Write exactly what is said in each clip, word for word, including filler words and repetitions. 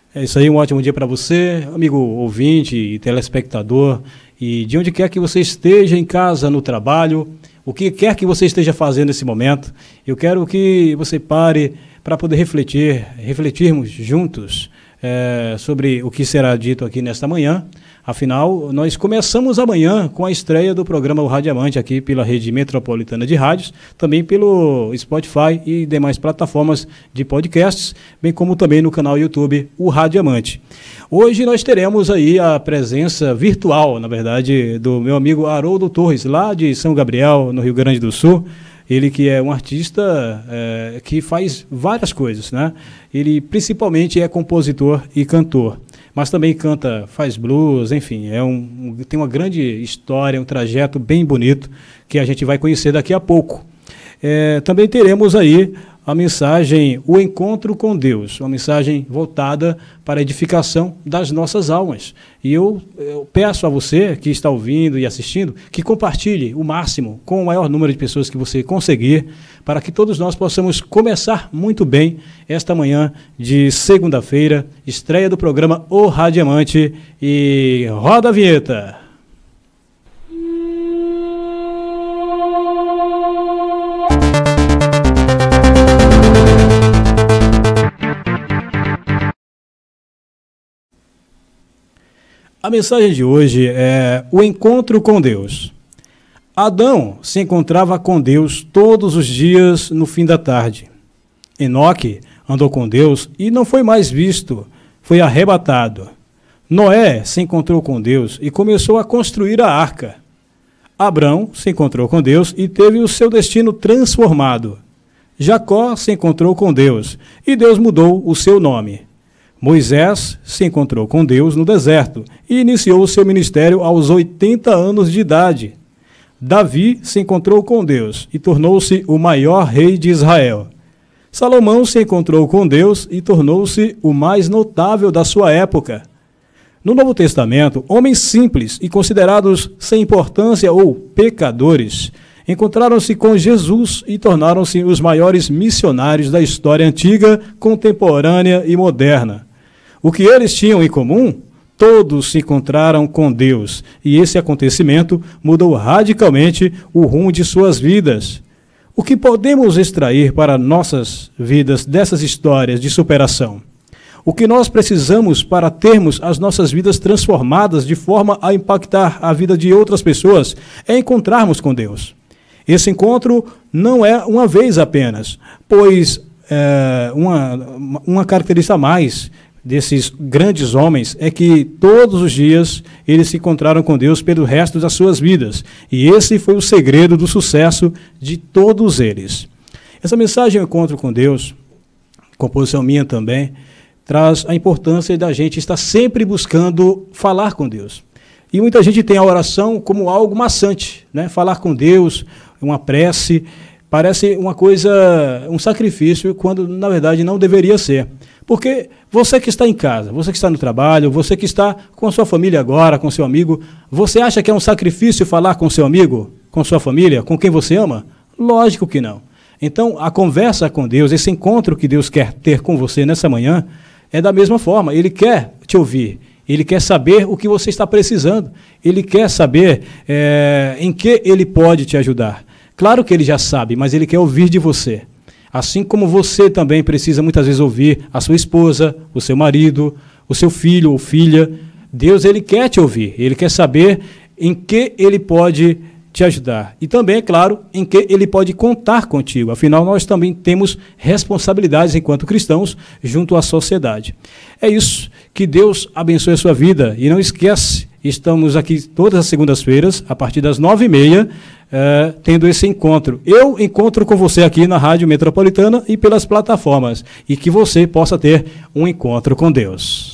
É isso aí, um ótimo dia para você, amigo ouvinte e telespectador, e de onde quer que você esteja, em casa, no trabalho, o que quer que você esteja fazendo nesse momento, eu quero que você pare para poder refletir, refletirmos juntos é, sobre o que será dito aqui nesta manhã. Afinal, nós começamos amanhã com a estreia do programa O Radiamante aqui pela Rede Metropolitana de Rádios, também pelo Spotify e demais plataformas de podcasts, bem como também no canal YouTube O Radiamante. Hoje nós teremos aí a presença virtual, na verdade, do meu amigo Haroldo Torres, lá de São Gabriel, no Rio Grande do Sul. Ele que é um artista é, que faz várias coisas, né? Ele principalmente é compositor e cantor, mas também canta, faz blues, enfim, é um, tem uma grande história, um trajeto bem bonito que a gente vai conhecer daqui a pouco. É, também teremos aí a mensagem O Encontro com Deus, uma mensagem voltada para a edificação das nossas almas. E eu, eu peço a você que está ouvindo e assistindo que compartilhe o máximo com o maior número de pessoas que você conseguir, para que todos nós possamos começar muito bem esta manhã de segunda-feira, estreia do programa O Radiamante, e roda a vinheta. A mensagem de hoje é o encontro com Deus. Adão se encontrava com Deus todos os dias no fim da tarde. Enoque andou com Deus e não foi mais visto, foi arrebatado. Noé se encontrou com Deus e começou a construir a arca. Abrão se encontrou com Deus e teve o seu destino transformado. Jacó se encontrou com Deus e Deus mudou o seu nome. Moisés se encontrou com Deus no deserto e iniciou o seu ministério aos oitenta anos de idade. Davi se encontrou com Deus e tornou-se o maior rei de Israel. Salomão se encontrou com Deus e tornou-se o mais notável da sua época. No Novo Testamento, homens simples e considerados sem importância ou pecadores encontraram-se com Jesus e tornaram-se os maiores missionários da história antiga, contemporânea e moderna. O que eles tinham em comum? Todos se encontraram com Deus, e esse acontecimento mudou radicalmente o rumo de suas vidas. O que podemos extrair para nossas vidas dessas histórias de superação? O que nós precisamos para termos as nossas vidas transformadas de forma a impactar a vida de outras pessoas é encontrarmos com Deus. Esse encontro não é uma vez apenas, pois é, uma, uma característica a mais desses grandes homens é que todos os dias eles se encontraram com Deus pelo resto das suas vidas. E esse foi o segredo do sucesso de todos eles. Essa mensagem, o encontro com Deus, composição minha também, traz a importância da gente estar sempre buscando falar com Deus. E muita gente tem a oração como algo maçante, né? Falar com Deus, uma prece, parece uma coisa, um sacrifício, quando na verdade não deveria ser. Porque você que está em casa, você que está no trabalho, você que está com a sua família agora, com seu amigo, você acha que é um sacrifício falar com seu amigo, com sua família, com quem você ama? Lógico que não. Então, a conversa com Deus, esse encontro que Deus quer ter com você nessa manhã, é da mesma forma. Ele quer te ouvir, ele quer saber o que você está precisando, ele quer saber é, em que ele pode te ajudar. Claro que ele já sabe, mas ele quer ouvir de você. Assim como você também precisa muitas vezes ouvir a sua esposa, o seu marido, o seu filho ou filha. Deus, ele quer te ouvir, ele quer saber em que ele pode te ajudar. E também, é claro, em que ele pode contar contigo. Afinal, nós também temos responsabilidades enquanto cristãos junto à sociedade. É isso. Que Deus abençoe a sua vida. E não esquece, estamos aqui todas as segundas-feiras, a partir das nove e meia, Uh, tendo esse encontro. Eu encontro com você aqui na Rádio Metropolitana e pelas plataformas, e que você possa ter um encontro com Deus.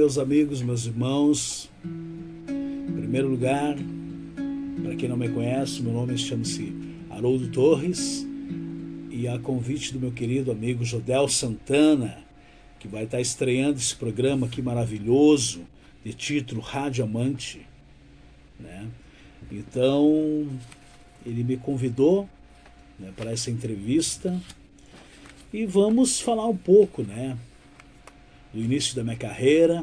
meus amigos, meus irmãos. Em primeiro lugar, para quem não me conhece, meu nome chama-se Haroldo Torres, e a convite do meu querido amigo Jodel Santana, que vai estar estreando esse programa aqui maravilhoso, de título Rádio Amante, né? Então, ele me convidou, né, para essa entrevista, e vamos falar um pouco, né, do início da minha carreira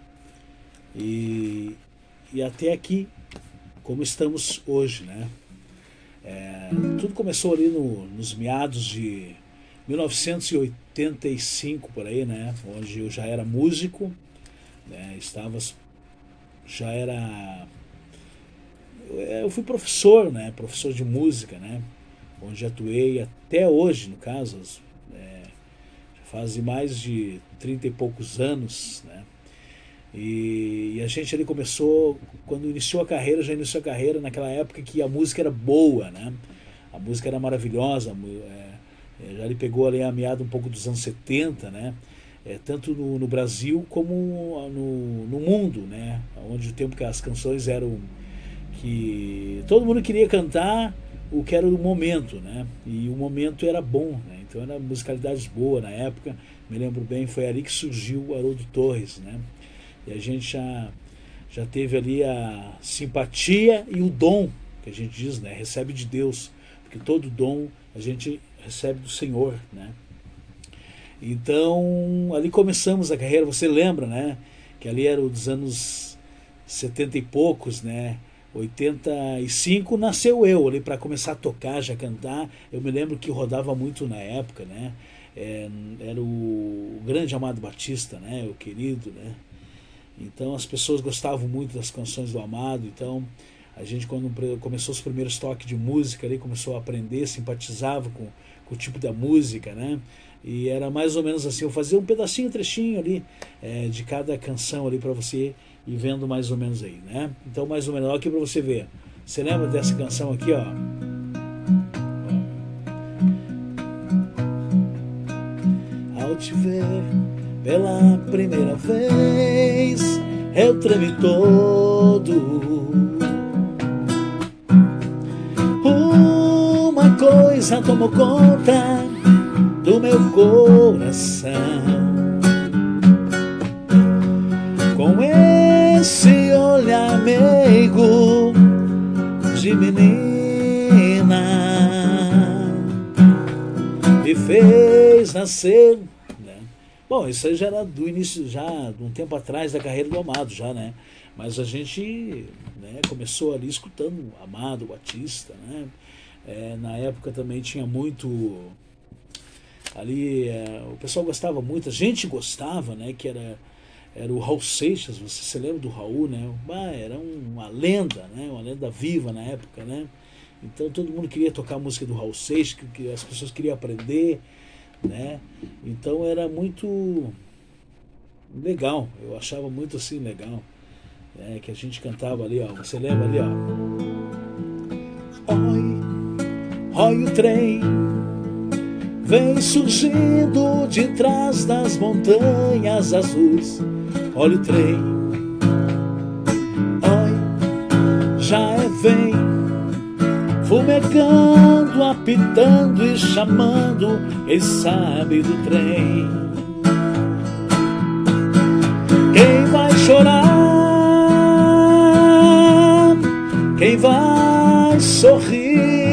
e, e até aqui, como estamos hoje, né? É, tudo começou ali no, nos meados de mil novecentos e oitenta e cinco, por aí, né? Onde eu já era músico, né? Estava, já era, eu fui professor, né? Professor de música, né? Onde atuei até hoje, no caso, é, faz mais de trinta e poucos anos, né? E, e a gente ali começou, quando iniciou a carreira, já iniciou a carreira naquela época que a música era boa, né? A música era maravilhosa, é, já ele pegou ali a meada um pouco dos anos setenta, né? É, tanto no, no Brasil como no, no mundo, né? Onde o tempo que as canções eram, que todo mundo queria cantar o que era o momento, né? E o momento era bom, né? Então era musicalidade boa na época. Me lembro bem, foi ali que surgiu o Haroldo Torres, né? E a gente já, já teve ali a simpatia e o dom, que a gente diz, né? Recebe de Deus, porque todo dom a gente recebe do Senhor, né? Então, ali começamos a carreira. Você lembra, né? Que ali era dos anos setenta e poucos, né? oitenta e cinco nasceu eu ali para começar a tocar, já cantar. Eu me lembro que rodava muito na época, né? É, era o grande Amado Batista, né? O querido, né? Então as pessoas gostavam muito das canções do Amado. Então a gente, quando começou os primeiros toques de música ali, começou a aprender, simpatizava com, com o tipo da música, né? E era mais ou menos assim, eu fazia um pedacinho, um trechinho ali, é, de cada canção ali para você ir vendo mais ou menos aí, né? Então mais ou menos, olha aqui para você ver. Você lembra dessa canção aqui, ó? Ao te ver pela primeira vez, eu tremi todo. Uma coisa tomou conta do meu coração. Com esse olhar meigo de menina, me fez nascer, né? Bom, isso aí já era do início, já de um tempo atrás da carreira do Amado, já, né? Mas a gente, né, começou ali escutando Amado, Batista, né? É, na época também tinha muito ali, é, o pessoal gostava muito, a gente gostava, né? Que era, era o Raul Seixas. Você se lembra do Raul, né? Ah, era uma lenda, né? Uma lenda viva na época, né? Então todo mundo queria tocar a música do Raul Seixas, que, que as pessoas queriam aprender, né? Então era muito legal, eu achava muito assim legal, né? Que a gente cantava ali, ó. Você lembra ali, ó? Oi, oi o trem vem surgindo de trás das montanhas azuis. Olha o trem, oi, já é vem, fumegando, apitando e chamando, quem sabe do trem. Quem vai chorar? Quem vai sorrir?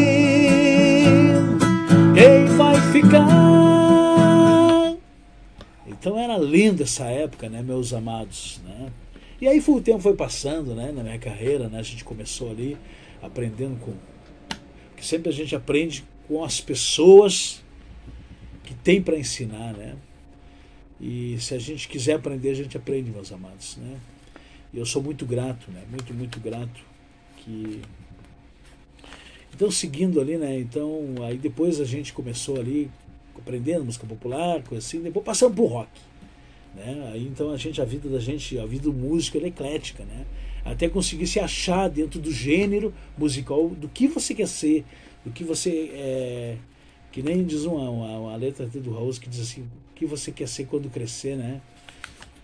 Quem vai ficar? Então era linda essa época, né, meus amados, né? E aí foi, o tempo foi passando, né, na minha carreira, né? A gente começou ali aprendendo com, que sempre a gente aprende com as pessoas que tem para ensinar, né? E se a gente quiser aprender, a gente aprende, meus amados, né? E eu sou muito grato, né? Muito, muito grato. Que... Então, seguindo ali, né? Então, aí depois a gente começou ali aprendendo música popular, coisa assim, depois passamos pro rock, né? Aí então a gente, a vida da gente, a vida do músico, ela é eclética, né? Até conseguir se achar dentro do gênero musical, do que você quer ser, do que você é, que nem diz uma, uma, uma letra do Raul que diz assim, o que você quer ser quando crescer, né?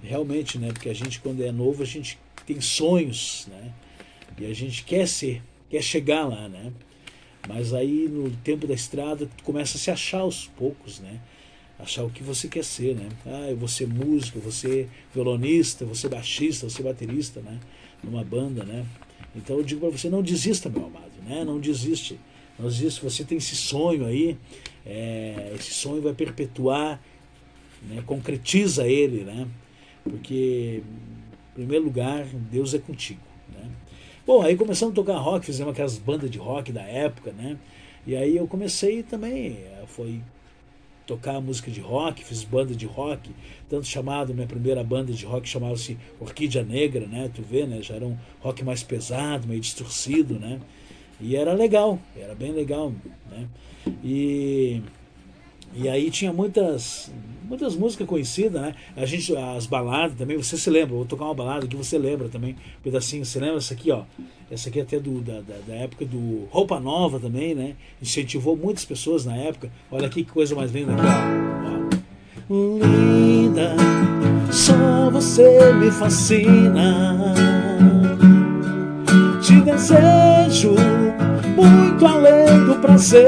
realmente, né? Porque a gente, quando é novo, a gente tem sonhos, né? E a gente quer ser, quer chegar lá, né? Mas aí, no tempo da estrada, tu começa a se achar aos poucos, né? Achar o que você quer ser, né? Ah, eu vou ser músico, eu vou ser violonista, eu vou ser baixista, eu vou ser baterista, né? Numa banda, né? Então eu digo para você, não desista, meu amado, né? Não desiste. Não desiste, você tem esse sonho aí, é, esse sonho vai perpetuar, né? Concretiza ele, né? Porque, em primeiro lugar, Deus é contigo, né? Bom, aí começamos a tocar rock, fizemos aquelas bandas de rock da época, né? E aí eu comecei também, foi tocar música de rock, fiz banda de rock, tanto chamado, minha primeira banda de rock chamava-se Orquídea Negra, né? Tu vê, né? Já era um rock mais pesado, meio distorcido, né? E era legal, era bem legal, né? E, e aí tinha muitas, muitas músicas conhecidas, né? A gente, as baladas também, você se lembra, vou tocar uma balada que você lembra também, um pedacinho, você lembra essa aqui, ó? Essa aqui é até do, da, da, da época do Roupa Nova também, né? Incentivou muitas pessoas na época. Olha aqui que coisa mais linda aqui, ó. Ó. Linda, só você me fascina. Te desejo muito além do prazer.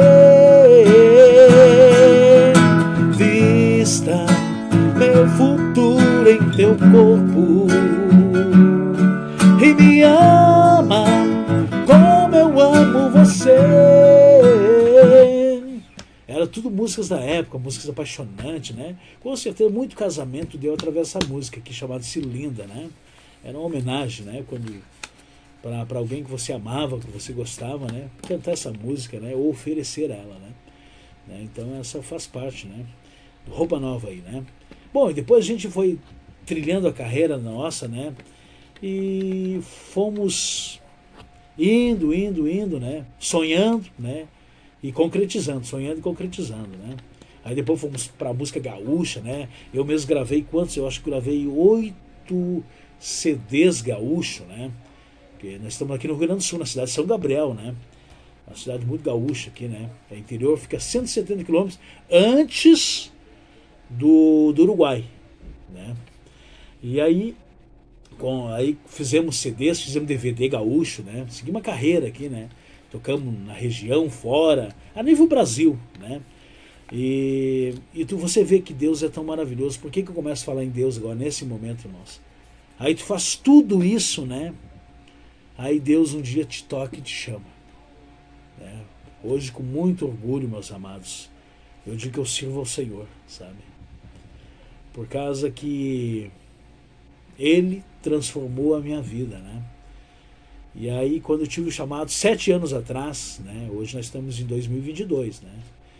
Vista meu futuro em teu corpo e me ama como eu amo você. Era tudo músicas da época, músicas apaixonantes, né? Com certeza muito casamento deu através dessa música aqui chamada Cilinda, né? Era uma homenagem, né? Quando para alguém que você amava, que você gostava, né? Cantar essa música, né? Ou oferecer ela, né? né? Então essa faz parte, né? Do Roupa Nova aí, né? Bom, e depois a gente foi trilhando a carreira nossa, né? E fomos indo, indo, indo, né? Sonhando, né? E concretizando, sonhando e concretizando, né? Aí depois fomos para a música gaúcha, né? Eu mesmo gravei quantos? Eu acho que gravei oito C Ds gaúcho, né? Porque nós estamos aqui no Rio Grande do Sul, na cidade de São Gabriel, né? Uma cidade muito gaúcha aqui, né? É interior, fica a cento e setenta quilômetros antes do, do Uruguai, né? E aí, com, aí fizemos C Ds, fizemos D V D gaúcho, né? Seguimos uma carreira aqui, né? Tocamos na região, fora, a nível Brasil, né? E, e tu, você vê que Deus é tão maravilhoso. Por que, que eu começo a falar em Deus agora, nesse momento, irmãos? Aí tu faz tudo isso, né? Aí Deus um dia te toca e te chama, né? Hoje, com muito orgulho, meus amados, eu digo que eu sirvo ao Senhor, sabe? Por causa que Ele transformou a minha vida, né? E aí, quando eu tive o chamado, sete anos atrás, né? Hoje nós estamos em dois mil e vinte e dois, né?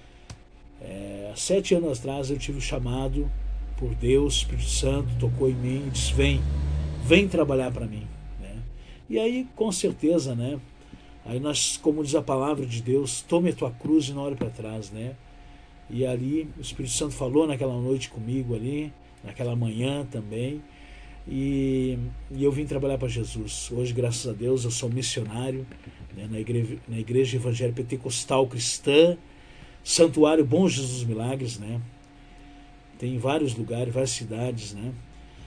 É, sete anos atrás eu tive o chamado por Deus, o Espírito Santo tocou em mim e disse, vem, vem trabalhar para mim, né? E aí, com certeza, né? Aí nós, como diz a palavra de Deus, tome a tua cruz e não olhe para trás, né? E ali o Espírito Santo falou naquela noite comigo ali, naquela manhã também, e, e eu vim trabalhar para Jesus. Hoje, graças a Deus, eu sou missionário, né, na, igreja, na Igreja Evangélica Pentecostal Cristã, Santuário Bom Jesus dos Milagres, né? Tem vários lugares, várias cidades, né?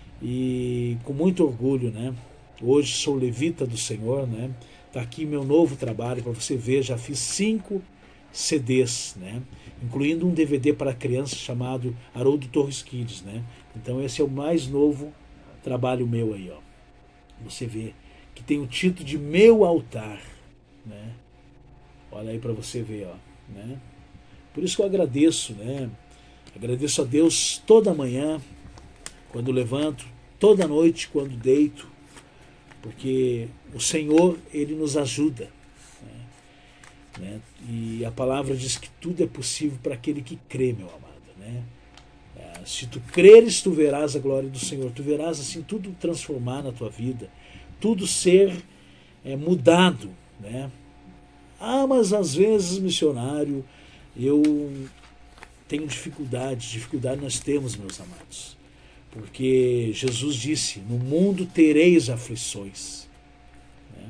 E com muito orgulho, né? Hoje sou levita do Senhor, né? Tá aqui meu novo trabalho para você ver. Já fiz cinco C Ds, né? Incluindo um D V D para crianças chamado Haroldo Torres Kids, né? Então esse é o mais novo trabalho meu aí, ó. Você vê que tem o título de Meu Altar, né? Olha aí para você ver, ó, né? Por isso que eu agradeço, né? Agradeço a Deus toda manhã, quando levanto, toda noite, quando deito, porque o Senhor, Ele nos ajuda, né? Né? E a palavra diz que tudo é possível para aquele que crê, meu amado, né? É, se tu creres, tu verás a glória do Senhor, tu verás assim tudo transformar na tua vida, tudo ser é, mudado, né? Ah, mas às vezes, missionário, eu tenho dificuldade, dificuldade nós temos, meus amados, porque Jesus disse, no mundo tereis aflições, né?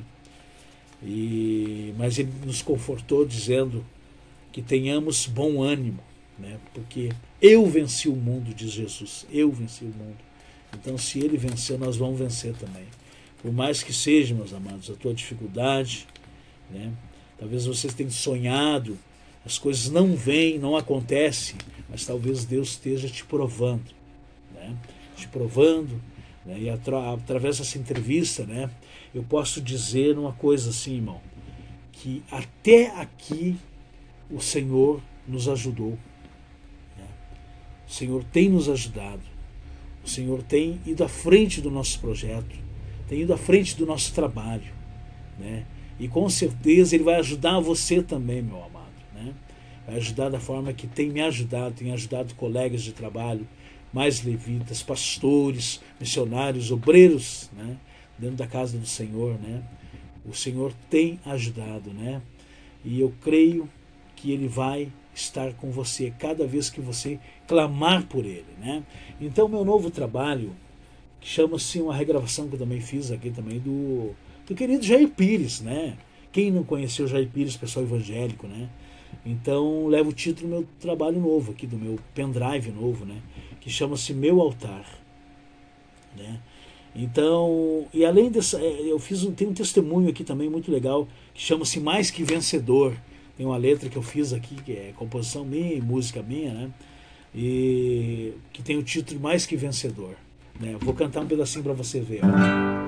E, mas Ele nos confortou dizendo que tenhamos bom ânimo, né? Porque eu venci o mundo, diz Jesus, eu venci o mundo. Então, se ele venceu, nós vamos vencer também. Por mais que seja, meus amados, a tua dificuldade, né? Talvez vocês tenham sonhado, as coisas não vêm, não acontecem, mas talvez Deus esteja te provando, né? Te provando, né? E atra através dessa entrevista, né, eu posso dizer uma coisa assim, irmão, que até aqui o Senhor nos ajudou, né? O Senhor tem nos ajudado, o Senhor tem ido à frente do nosso projeto, tem ido à frente do nosso trabalho, né? E com certeza Ele vai ajudar você também, meu amado, né? Vai ajudar da forma que tem me ajudado, tem ajudado colegas de trabalho, mais levitas, pastores, missionários, obreiros, né? Dentro da casa do Senhor, né? O Senhor tem ajudado, né? E eu creio que Ele vai estar com você cada vez que você clamar por Ele, né? Então, meu novo trabalho, que chama-se uma regravação que eu também fiz aqui também do, do querido Jair Pires, né? Quem não conheceu o Jair Pires, pessoal evangélico, né? Então, leva o título do meu trabalho novo aqui, do meu pendrive novo, né? Que chama-se Meu Altar, né? Então, e além dessa, eu fiz um, tem um testemunho aqui também muito legal, que chama-se Mais Que Vencedor. Tem uma letra que eu fiz aqui, que é composição minha e música minha, né? E que tem o título Mais Que Vencedor, né? Vou cantar um pedacinho para você ver, ó.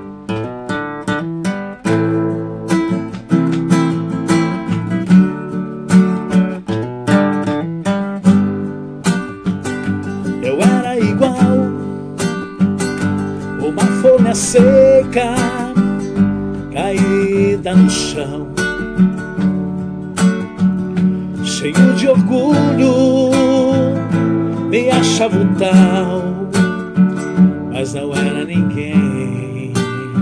Seca, caída no chão, cheio de orgulho, me achava um tal, mas não era ninguém.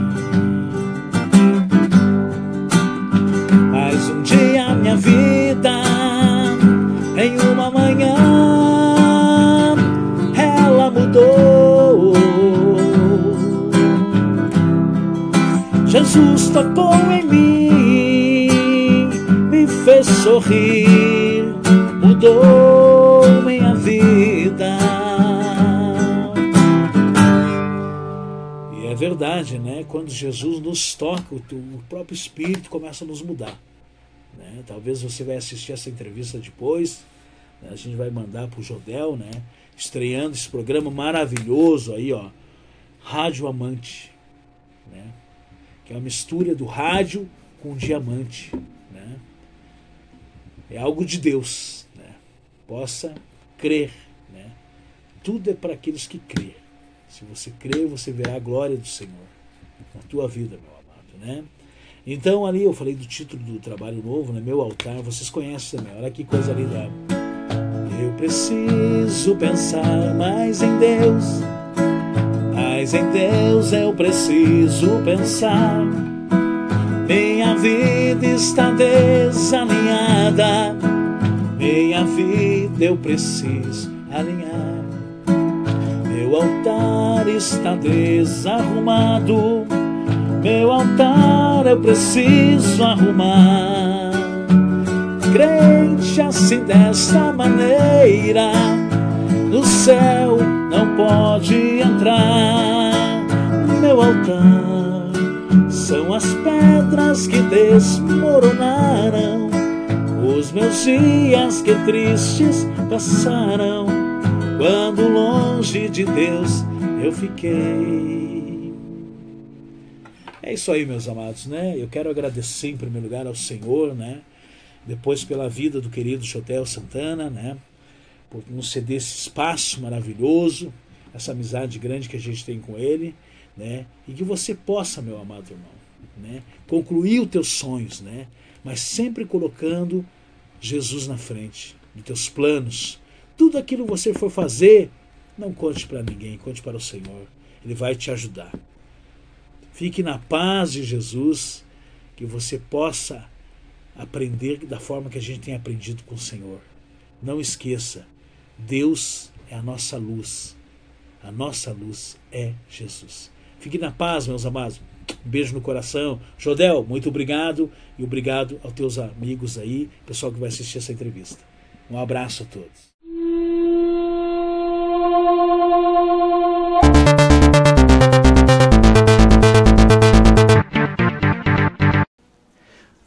Mas um dia minha vida, em uma manhã, ela mudou. Jesus tocou em mim, me fez sorrir, mudou minha vida. E é verdade, né? Quando Jesus nos toca, o próprio Espírito começa a nos mudar, né? Talvez você vai assistir essa entrevista depois, né? A gente vai mandar para o Jodel, né? Estreando esse programa maravilhoso aí, ó, Rádio Amante, né? Que é uma mistura do rádio com o diamante, né? É algo de Deus, né? Possa crer, né? Tudo é para aqueles que crêem. Se você crer, você verá a glória do Senhor na tua vida, meu amado, né? Então ali eu falei do título do trabalho novo, né? Meu Altar, vocês conhecem também. Olha que coisa linda. Eu preciso pensar mais em Deus, mas em Deus eu preciso pensar. Minha vida está desalinhada, minha vida eu preciso alinhar. Meu altar está desarrumado, meu altar eu preciso arrumar. Crente assim desta maneira, no céu não pode entrar. Meu altar são as pedras que desmoronaram, os meus dias que tristes passaram, quando longe de Deus eu fiquei. É isso aí, meus amados, né? Eu quero agradecer em primeiro lugar ao Senhor, né? Depois pela vida do querido Jodel Santana, né? Por nos ceder esse espaço maravilhoso, essa amizade grande que a gente tem com ele, né? E que você possa, meu amado irmão, né, concluir os teus sonhos, né? Mas sempre colocando Jesus na frente dos teus planos. Tudo aquilo que você for fazer, não conte para ninguém, conte para o Senhor. Ele vai te ajudar. Fique na paz de Jesus, que você possa aprender da forma que a gente tem aprendido com o Senhor. Não esqueça, Deus é a nossa luz. A nossa luz é Jesus. Fique na paz, meus amados. Um beijo no coração. Jodel, muito obrigado. E obrigado aos teus amigos aí, pessoal que vai assistir essa entrevista. Um abraço a todos.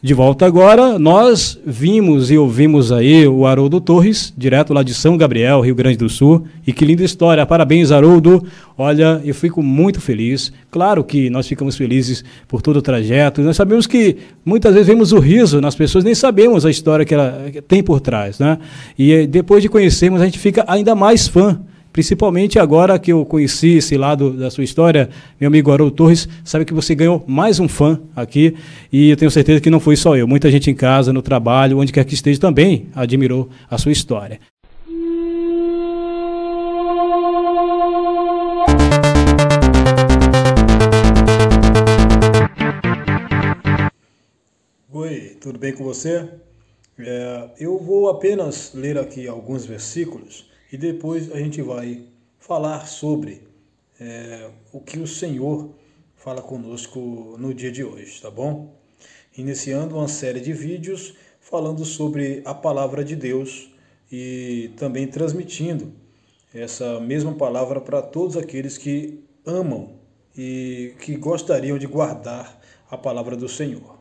De volta agora, nós vimos e ouvimos aí o Haroldo Torres, direto lá de São Gabriel, Rio Grande do Sul. E que linda história, parabéns, Haroldo. Olha, eu fico muito feliz. Claro que nós ficamos felizes por todo o trajeto. Nós sabemos que muitas vezes vemos o riso nas pessoas, nem sabemos a história que ela tem por trás, né? E depois de conhecermos, a gente fica ainda mais fã. Principalmente agora que eu conheci esse lado da sua história, meu amigo Haroldo Torres, sabe que você ganhou mais um fã aqui, e eu tenho certeza que não foi só eu. Muita gente em casa, no trabalho, onde quer que esteja, também admirou a sua história. Oi, tudo bem com você? É, eu vou apenas ler aqui alguns versículos e depois a gente vai falar sobre é, o que o Senhor fala conosco no dia de hoje, tá bom? Iniciando uma série de vídeos falando sobre a palavra de Deus e também transmitindo essa mesma palavra para todos aqueles que amam e que gostariam de guardar a palavra do Senhor.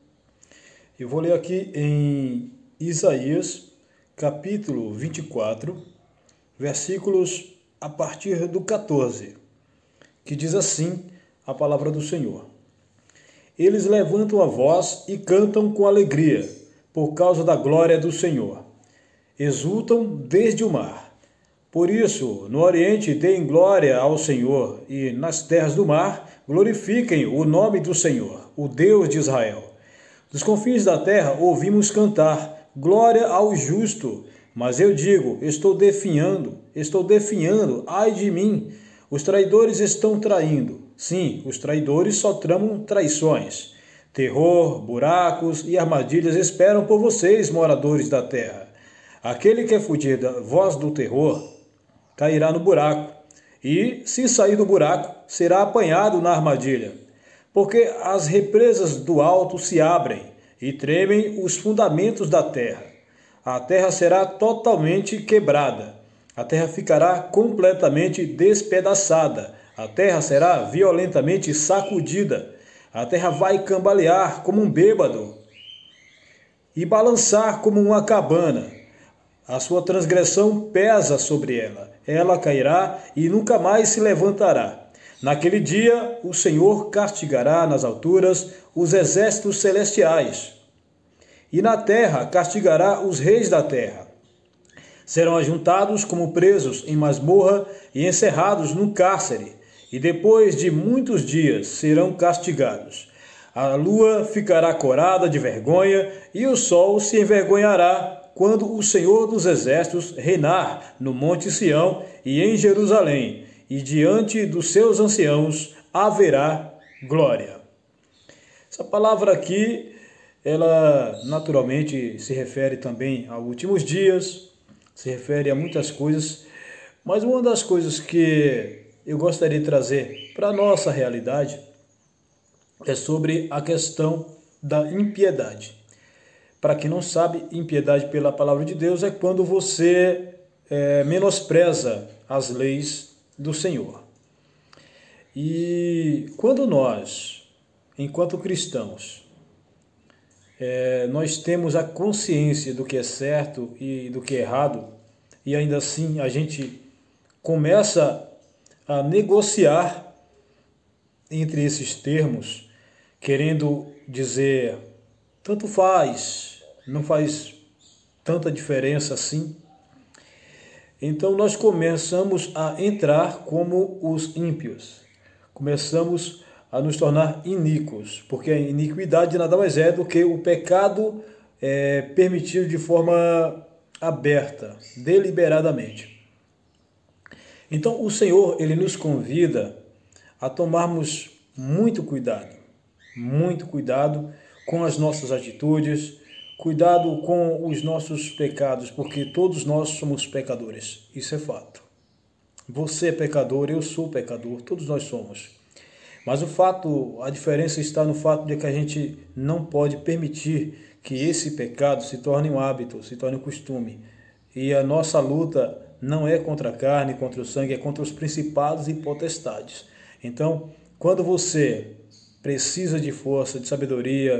Eu vou ler aqui em Isaías, capítulo vinte e quatro, versículos a partir do quatorze, que diz assim a palavra do Senhor. Eles levantam a voz e cantam com alegria, por causa da glória do Senhor. Exultam desde o mar. Por isso, no Oriente deem glória ao Senhor, e nas terras do mar glorifiquem o nome do Senhor, o Deus de Israel. Dos confins da terra ouvimos cantar, glória ao justo. Mas eu digo, estou definhando, estou definhando, ai de mim. Os traidores estão traindo. Sim, os traidores só tramam traições. Terror, buracos e armadilhas esperam por vocês, moradores da terra. Aquele que fugir da voz do terror cairá no buraco. E, se sair do buraco, será apanhado na armadilha. Porque as represas do alto se abrem e tremem os fundamentos da terra. A terra será totalmente quebrada. A terra ficará completamente despedaçada. A terra será violentamente sacudida. A terra vai cambalear como um bêbado e balançar como uma cabana. A sua transgressão pesa sobre ela. Ela cairá e nunca mais se levantará. Naquele dia, o Senhor castigará nas alturas os exércitos celestiais. E na terra castigará os reis da terra. Serão ajuntados como presos em masmorra e encerrados num cárcere, e depois de muitos dias serão castigados. A lua ficará corada de vergonha, e o sol se envergonhará, quando o Senhor dos exércitos reinar no monte Sião e em Jerusalém, e diante dos seus anciãos haverá glória. Essa palavra aqui, ela naturalmente se refere também a últimos dias, se refere a muitas coisas, mas uma das coisas que eu gostaria de trazer para a nossa realidade é sobre a questão da impiedade. Para quem não sabe, impiedade pela palavra de Deus é quando você é, menospreza as leis do Senhor. E quando nós, enquanto cristãos, É, nós temos a consciência do que é certo e do que é errado, e ainda assim a gente começa a negociar entre esses termos, querendo dizer, tanto faz, não faz tanta diferença assim. Então nós começamos a entrar como os ímpios, começamos a nos tornar iníquos, porque a iniquidade nada mais é do que o pecado é, permitido de forma aberta, deliberadamente. Então o Senhor, ele nos convida a tomarmos muito cuidado, muito cuidado com as nossas atitudes, cuidado com os nossos pecados, porque todos nós somos pecadores, isso é fato. Você é pecador, eu sou pecador, todos nós somos. Mas o fato, a diferença está no fato de que a gente não pode permitir que esse pecado se torne um hábito, se torne um costume. E a nossa luta não é contra a carne, contra o sangue, é contra os principados e potestades. Então, quando você precisa de força, de sabedoria,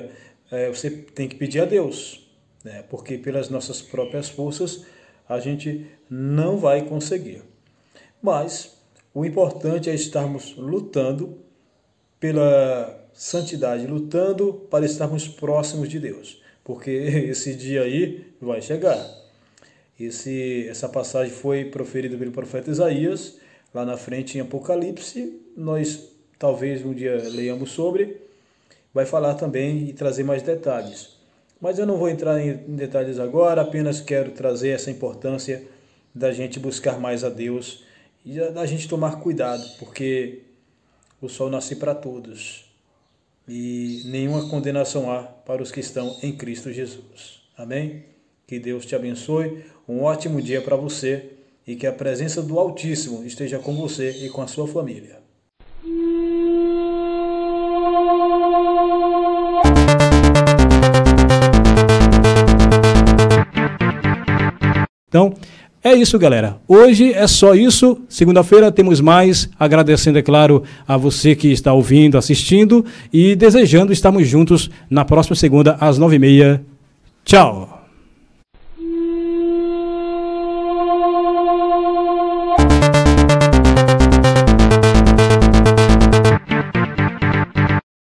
é, você tem que pedir a Deus, né? Porque pelas nossas próprias forças a gente não vai conseguir. Mas o importante é estarmos lutando pela santidade, lutando para estarmos próximos de Deus, porque esse dia aí vai chegar. Esse, essa passagem foi proferida pelo profeta Isaías, lá na frente em Apocalipse, nós talvez um dia leiamos sobre, vai falar também e trazer mais detalhes. Mas eu não vou entrar em detalhes agora, apenas quero trazer essa importância da gente buscar mais a Deus e da gente tomar cuidado, porque o sol nasce para todos e nenhuma condenação há para os que estão em Cristo Jesus. Amém? Que Deus te abençoe, um ótimo dia para você e que a presença do Altíssimo esteja com você e com a sua família. Então, é isso, galera. Hoje é só isso. Segunda-feira temos mais. Agradecendo, é claro, a você que está ouvindo, assistindo e desejando estarmos juntos na próxima segunda, às nove e meia. Tchau!